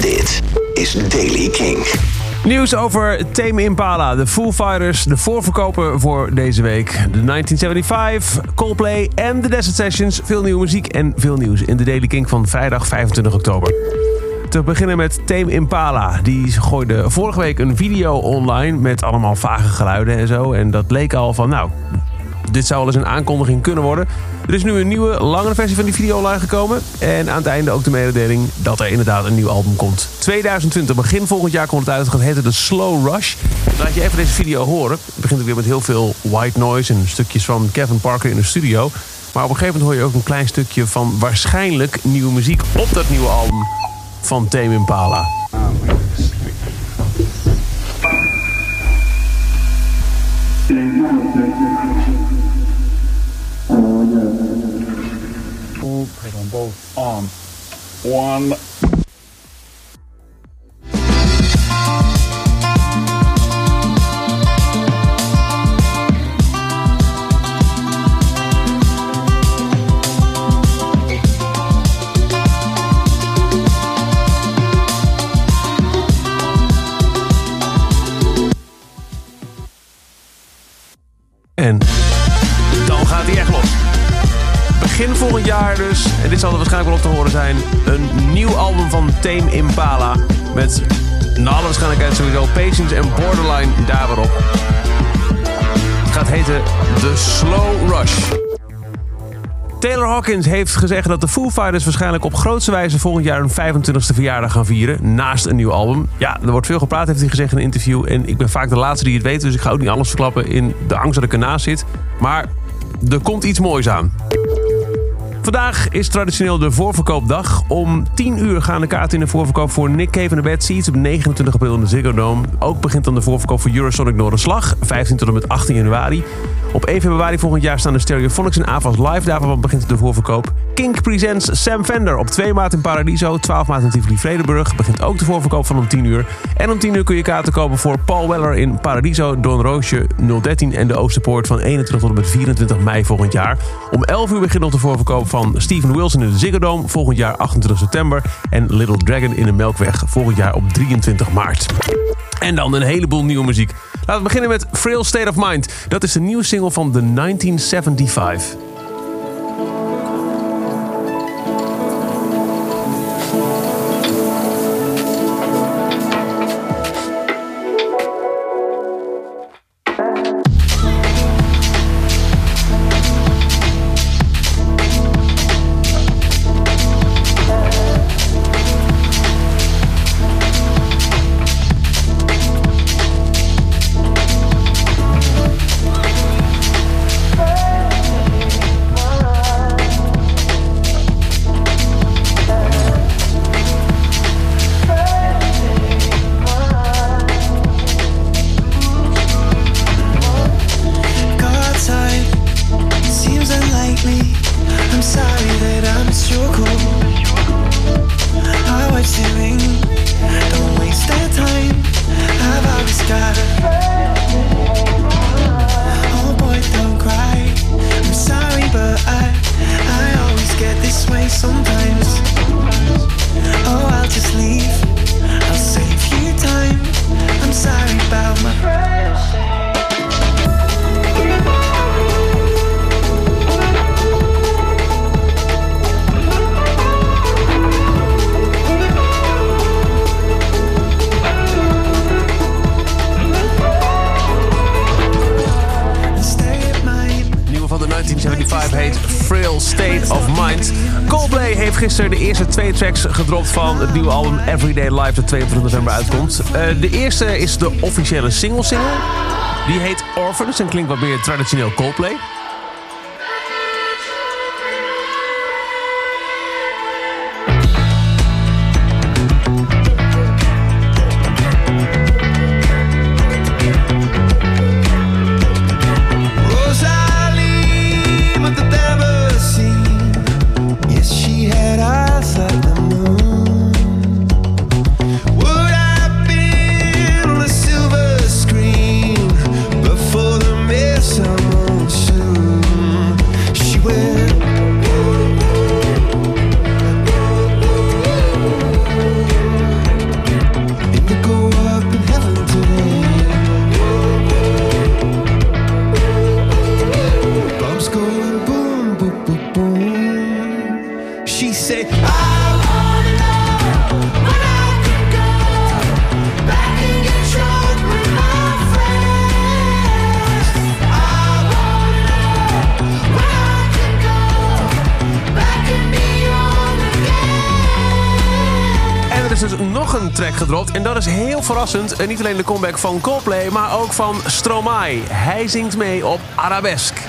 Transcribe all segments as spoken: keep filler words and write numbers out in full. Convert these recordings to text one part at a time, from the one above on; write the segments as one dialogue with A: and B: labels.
A: Dit is Daily King.
B: Nieuws over Tame Impala, de Foo Fighters, de voorverkoper voor deze week. De negentien zevenenvijftig, Coldplay en de Desert Sessions. Veel nieuwe muziek en veel nieuws in de Daily King van vrijdag vijfentwintig oktober. Te beginnen met Tame Impala. Die gooide vorige week een video online met allemaal vage geluiden en zo. En dat leek al van, nou, dit zou wel eens een aankondiging kunnen worden. Er is nu een nieuwe, langere versie van die video online gekomen. En aan het einde ook de mededeling dat er inderdaad een nieuw album komt. tweeduizend twintig, begin volgend jaar komt het uit. Het gaat heten de Slow Rush. Laat je even deze video horen. Het begint weer met heel veel white noise en stukjes van Kevin Parker in de studio. Maar op een gegeven moment hoor je ook een klein stukje van waarschijnlijk nieuwe muziek op dat nieuwe album van Tame Impala.
C: Put on both arms. One.
B: En dan gaat hij echt los. Begin volgend jaar dus, en dit zal er waarschijnlijk wel op te horen zijn, een nieuw album van Tame Impala. Met, naar alle waarschijnlijkheid sowieso, Patience en Borderline daar weer op. Het gaat heten The Slow Rush. Taylor Hawkins heeft gezegd dat de Foo Fighters waarschijnlijk op grootste wijze volgend jaar hun vijfentwintigste verjaardag gaan vieren. Naast een nieuw album. Ja, er wordt veel gepraat, heeft hij gezegd in een interview. En ik ben vaak de laatste die het weet, dus ik ga ook niet alles verklappen in de angst dat ik ernaast zit. Maar er komt iets moois aan. Vandaag is traditioneel de voorverkoopdag. Om tien uur gaan de kaarten in de voorverkoop voor Nick Cave and the Bad Seeds op negenentwintig april in de Ziggo Dome. Ook begint dan de voorverkoop voor Eurosonic Noorderslag, vijftien tot en met achttien januari. Op één februari volgend jaar staan de Stereophonics en Avas Live. Daarvan begint de voorverkoop. Kink presents Sam Fender op twee maart in Paradiso, twaalf maart in Tivoli Vredenburg. Begint ook de voorverkoop van om tien uur. En om tien uur kun je kaarten kopen voor Paul Weller in Paradiso, Don Roosje nul dertien en de Oosterpoort van eenentwintig tot en met vierentwintig mei volgend jaar. Om elf uur begint nog de voorverkoop van Steven Wilson in de Ziggo Dome volgend jaar achtentwintig september. En Little Dragon in de Melkweg volgend jaar op drieëntwintig maart. En dan een heleboel nieuwe muziek. Laten we beginnen met Frail State of Mind. Dat is de nieuwe single van de negentien zevenenzeventig.
D: I'm sorry that I missed your call. How was doing? Don't waste that time. I've always got it. Oh boy, don't cry. I'm sorry, but I, I always get this way sometimes. Oh, I'll just leave. I'll save you time. I'm sorry about my frail state.
B: negentien zevenenzeventig heet Frail State of Mind. Coldplay heeft gisteren de eerste twee tracks gedropt van het nieuwe album Everyday Life dat tweeëntwintig november uitkomt. Uh, de eerste is de officiële single-single. Die heet Orphans en klinkt wat meer traditioneel Coldplay.
D: Someone should
B: is dus nog een track gedropt. En dat is heel verrassend. En niet alleen de comeback van Coldplay, maar ook van Stromae. Hij zingt mee op Arabesque.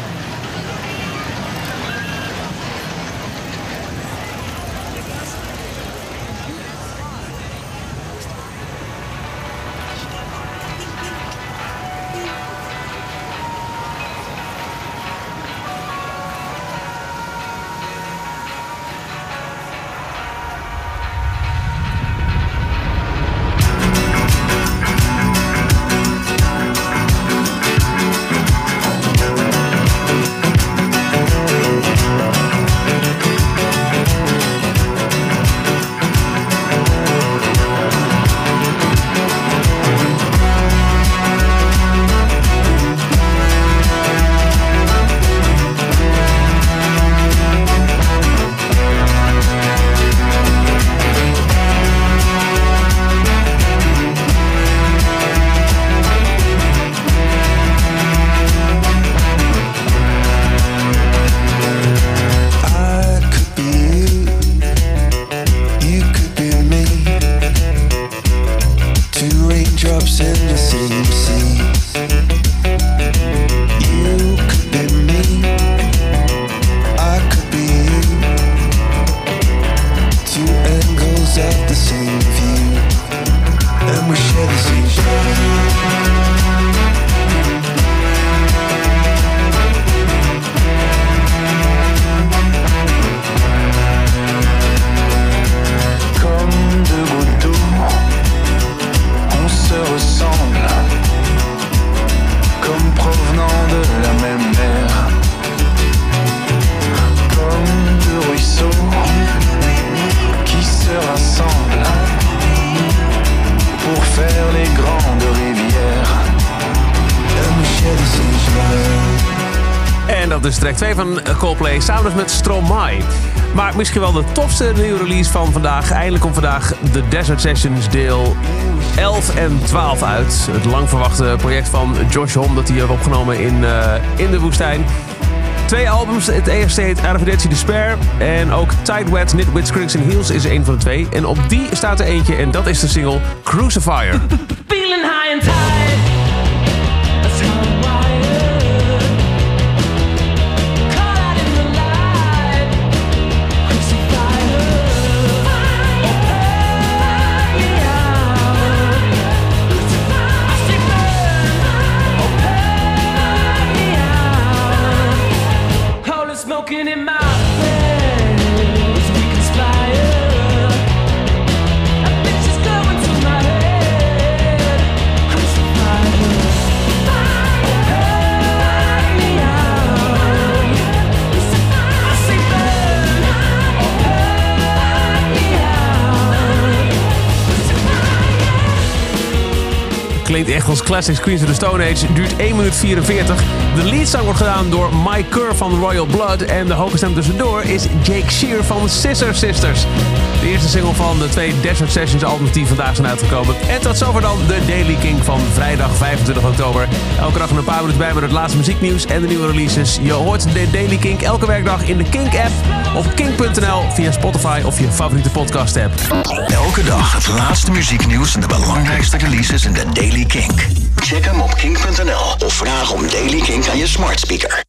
B: Dat is track twee van Coldplay samen met Stromae. Maar misschien wel de tofste nieuwe release van vandaag. Eindelijk komt vandaag de Desert Sessions deel elf en twaalf uit. Het lang verwachte project van Josh Homme dat hij heeft opgenomen in, uh, in de woestijn. Twee albums. Het eerste heet Arrivederci Despair. En ook Tight Wet, Knit With Skrillex and Heels is er een van de twee. En op die staat er eentje en dat is de single Crucifier.
E: Feeling high and tight. That's how I'm wired. Caught out in the light. Crucifier. Oh, burn me out. I say burn. Oh, burn me out. Holy smoking in my face. We conspire. That bitch is going to my head. Crucifier. Burn me out. I say burn. Oh, burn me out.
B: Klinkt echt als classics. Queens of the Stone Age. Duurt één minuut vierenveertig. De leadsong wordt gedaan door Mike Kerr van Royal Blood. En de hoge stem tussendoor is Jake Shear van Scissor Sisters. De eerste single van de twee Desert Sessions albums die vandaag zijn uitgekomen. En tot zover dan de Daily Kink van vrijdag vijfentwintig oktober. Elke dag een paar minuten bij met het laatste muzieknieuws en de nieuwe releases. Je hoort de Daily Kink elke werkdag in de Kink-app, op kink punt n l, via Spotify of je favoriete podcast-app.
A: Elke dag het laatste muzieknieuws en de belangrijkste releases in de Daily Kink. Check hem op kink punt n l of vraag om Daily Kink aan je smart speaker.